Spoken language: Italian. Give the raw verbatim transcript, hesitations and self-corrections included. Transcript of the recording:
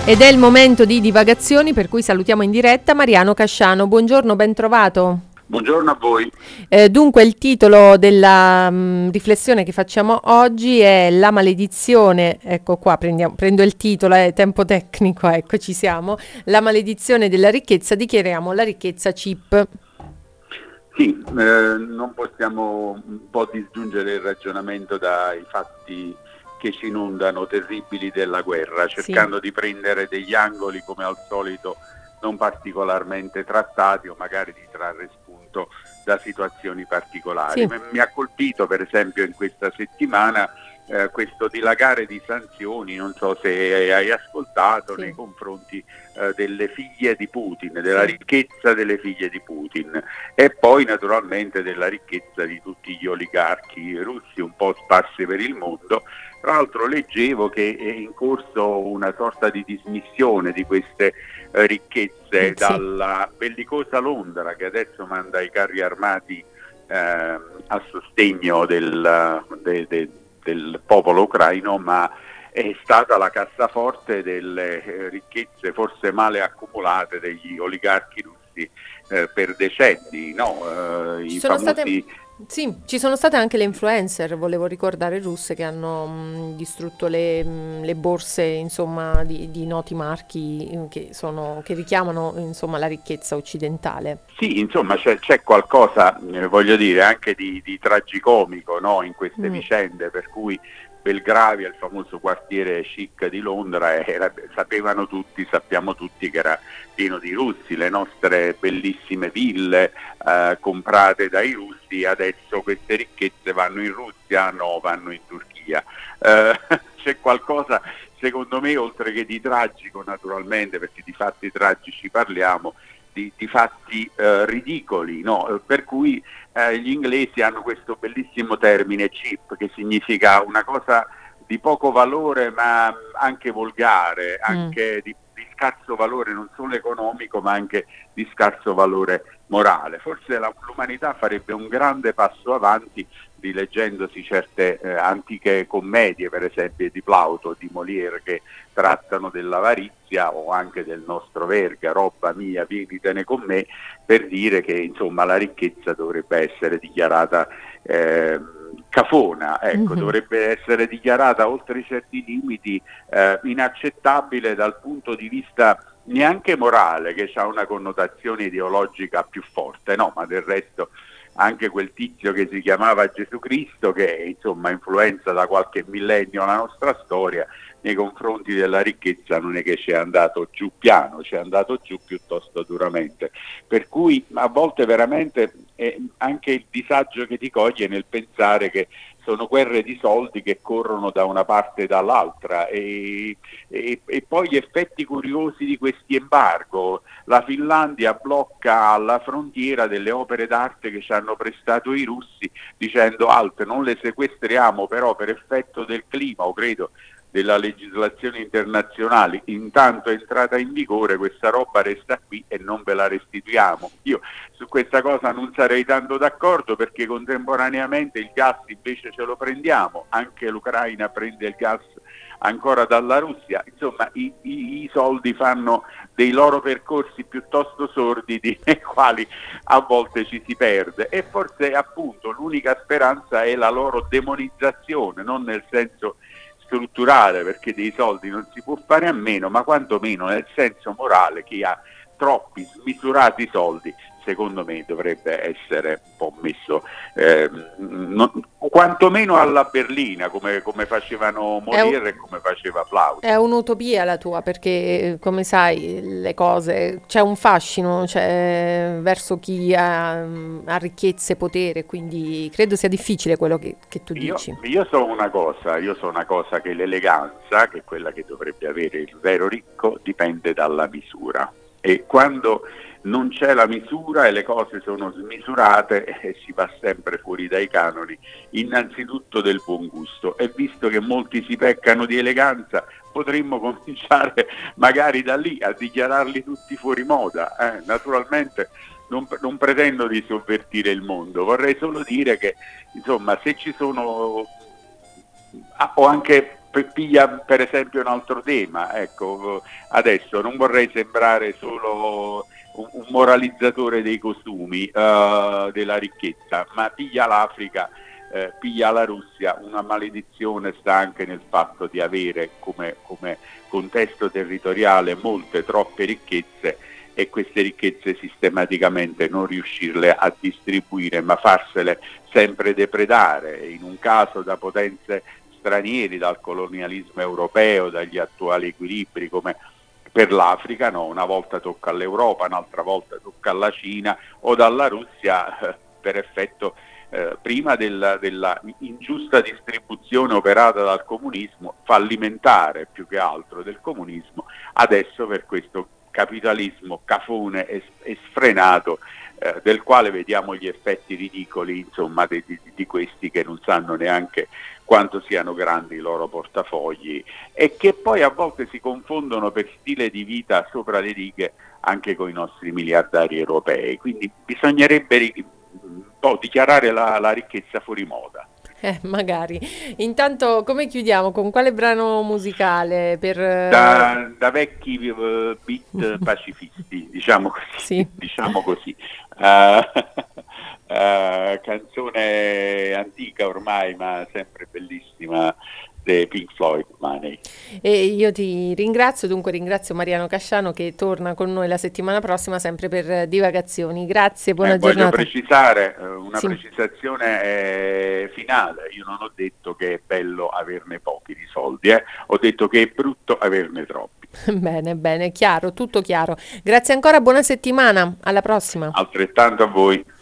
Ed è il momento di divagazioni, per cui salutiamo in diretta Mariano Casciano. Buongiorno, ben trovato. Buongiorno a voi. Eh, dunque, il titolo della mh, riflessione che facciamo oggi è La maledizione, ecco qua, prendiamo- prendo il titolo, è tempo tecnico, ecco ci siamo. La maledizione della ricchezza, dichiariamo la ricchezza chip. Sì, eh, non possiamo un po' disgiungere il ragionamento dai fatti che ci inondano terribili della guerra, Sì, cercando di prendere degli angoli come al solito non particolarmente trattati o magari di trarre spunto da situazioni particolari. sì, M- Mi ha colpito per esempio in questa settimana eh, questo dilagare di sanzioni, non so se hai ascoltato, nei sì, confronti eh, delle figlie di Putin, della sì, ricchezza delle figlie di Putin e poi naturalmente della ricchezza di tutti gli oligarchi russi un po' sparsi per il mondo. Tra l'altro leggevo che è in corso una sorta di dismissione di queste eh, ricchezze sì. dalla bellicosa Londra, che adesso manda i carri armati eh, a sostegno del, de, de, del popolo ucraino, ma è stata la cassaforte delle eh, ricchezze forse male accumulate degli oligarchi russi eh, per decenni, no? Eh, Ci I sono state, famosi. sì, ci sono state anche le influencer, volevo ricordare, russe che hanno mh, distrutto le, mh, le borse, insomma, di, di noti marchi eh, che sono, che richiamano, insomma, la ricchezza occidentale. Sì, insomma c'è, c'è qualcosa, eh, voglio dire, anche di, di tragicomico, no, in queste Mm, vicende, per cui Belgravia, il famoso quartiere chic di Londra, era, sapevano tutti, sappiamo tutti che era pieno di russi, le nostre bellissime ville eh, comprate dai russi, adesso queste ricchezze vanno in Russia, no, vanno in Turchia. Eh, c'è qualcosa, secondo me, oltre che di tragico naturalmente, perché di fatti tragici parliamo, di, di fatti eh, ridicoli, no? Per cui eh, gli inglesi hanno questo bellissimo termine cheap, che significa una cosa di poco valore ma anche volgare, mm, anche di, di scarso valore non solo economico ma anche di scarso valore morale. Forse la, l'umanità farebbe un grande passo avanti rileggendosi certe eh, antiche commedie, per esempio di Plauto, di Molière, che trattano dell'avarizia, o anche del nostro Verga, roba mia, vienitene con me, per dire che insomma la ricchezza dovrebbe essere dichiarata eh, cafona, ecco, mhm. dovrebbe essere dichiarata oltre certi limiti eh, inaccettabile dal punto di vista neanche morale, che ha una connotazione ideologica più forte, no, ma del resto anche quel tizio che si chiamava Gesù Cristo, che insomma influenza da qualche millennio la nostra storia, nei confronti della ricchezza non è che ci è andato giù piano, ci è andato giù piuttosto duramente. Per cui a volte veramente è anche il disagio che ti coglie nel pensare che sono guerre di soldi che corrono da una parte e dall'altra e, e, e poi gli effetti curiosi di questi embargo. La Finlandia blocca alla frontiera delle opere d'arte che ci hanno prestato i russi dicendo altre non le sequestriamo, però per effetto del clima o credo della legislazione internazionale, intanto è entrata in vigore questa roba resta qui e non ve la restituiamo. Io su questa cosa non sarei tanto d'accordo, perché contemporaneamente il gas invece ce lo prendiamo, anche l'Ucraina prende il gas ancora dalla Russia, insomma i, i, i soldi fanno dei loro percorsi piuttosto sordidi nei quali a volte ci si perde, e forse appunto l'unica speranza è la loro demonizzazione, non nel senso strutturale, perché dei soldi non si può fare a meno, ma quantomeno nel senso morale, chi ha troppi smisurati soldi secondo me dovrebbe essere un po' messo eh, non, quantomeno alla berlina, come, come facevano È, un- Molière e come faceva Plauto. è un'utopia la tua, perché eh, come sai, le cose, c'è un fascino, c'è verso chi ha, mm, ha ricchezze e potere, quindi credo sia difficile quello che, che tu Io, dici. io so una cosa, io so una cosa che l'eleganza, che è quella che dovrebbe avere il vero ricco, dipende dalla misura. E quando non c'è la misura e le cose sono smisurate, eh, si va sempre fuori dai canoni, innanzitutto del buon gusto. E visto che molti si peccano di eleganza, potremmo cominciare magari da lì a dichiararli tutti fuori moda. Eh? Naturalmente non, non pretendo di sovvertire il mondo, vorrei solo dire che insomma se ci sono ah, o anche piglia per esempio un altro tema, ecco, adesso non vorrei sembrare solo un, un moralizzatore dei costumi, uh, della ricchezza, ma piglia l'Africa, eh, piglia la Russia, una maledizione sta anche nel fatto di avere come, come contesto territoriale molte, troppe ricchezze, e queste ricchezze sistematicamente non riuscirle a distribuire, ma farsele sempre depredare, in un caso da potenze stranieri, dal colonialismo europeo, dagli attuali equilibri, come per l'Africa, no, una volta tocca all'Europa, un'altra volta tocca alla Cina o dalla Russia, eh, per effetto eh, prima della, della ingiusta distribuzione operata dal comunismo, fallimentare più che altro del comunismo, adesso per questo capitalismo cafone e, e sfrenato, eh, del quale vediamo gli effetti ridicoli, insomma, di, di, di questi che non sanno neanche quanto siano grandi i loro portafogli e che poi a volte si confondono per stile di vita sopra le righe anche con i nostri miliardari europei. Quindi bisognerebbe un po' dichiarare la, la ricchezza fuori moda. Eh, magari. Intanto, come chiudiamo? Con quale brano musicale? Per... Da, da vecchi uh, beat pacifisti, diciamo così. Sì. Diciamo così. Uh, uh, canzone antica ormai, ma sempre bellissima, dei Pink Floyd, Money. E io ti ringrazio, dunque ringrazio Mariano Casciano che torna con noi la settimana prossima sempre per divagazioni. Grazie, buona eh, giornata. Voglio precisare eh, una Sì. precisazione eh, finale. Io non ho detto che è bello averne pochi di soldi, eh. Ho detto che è brutto averne troppi. Bene, bene, chiaro, tutto chiaro. Grazie ancora, buona settimana, alla prossima. Altrettanto a voi.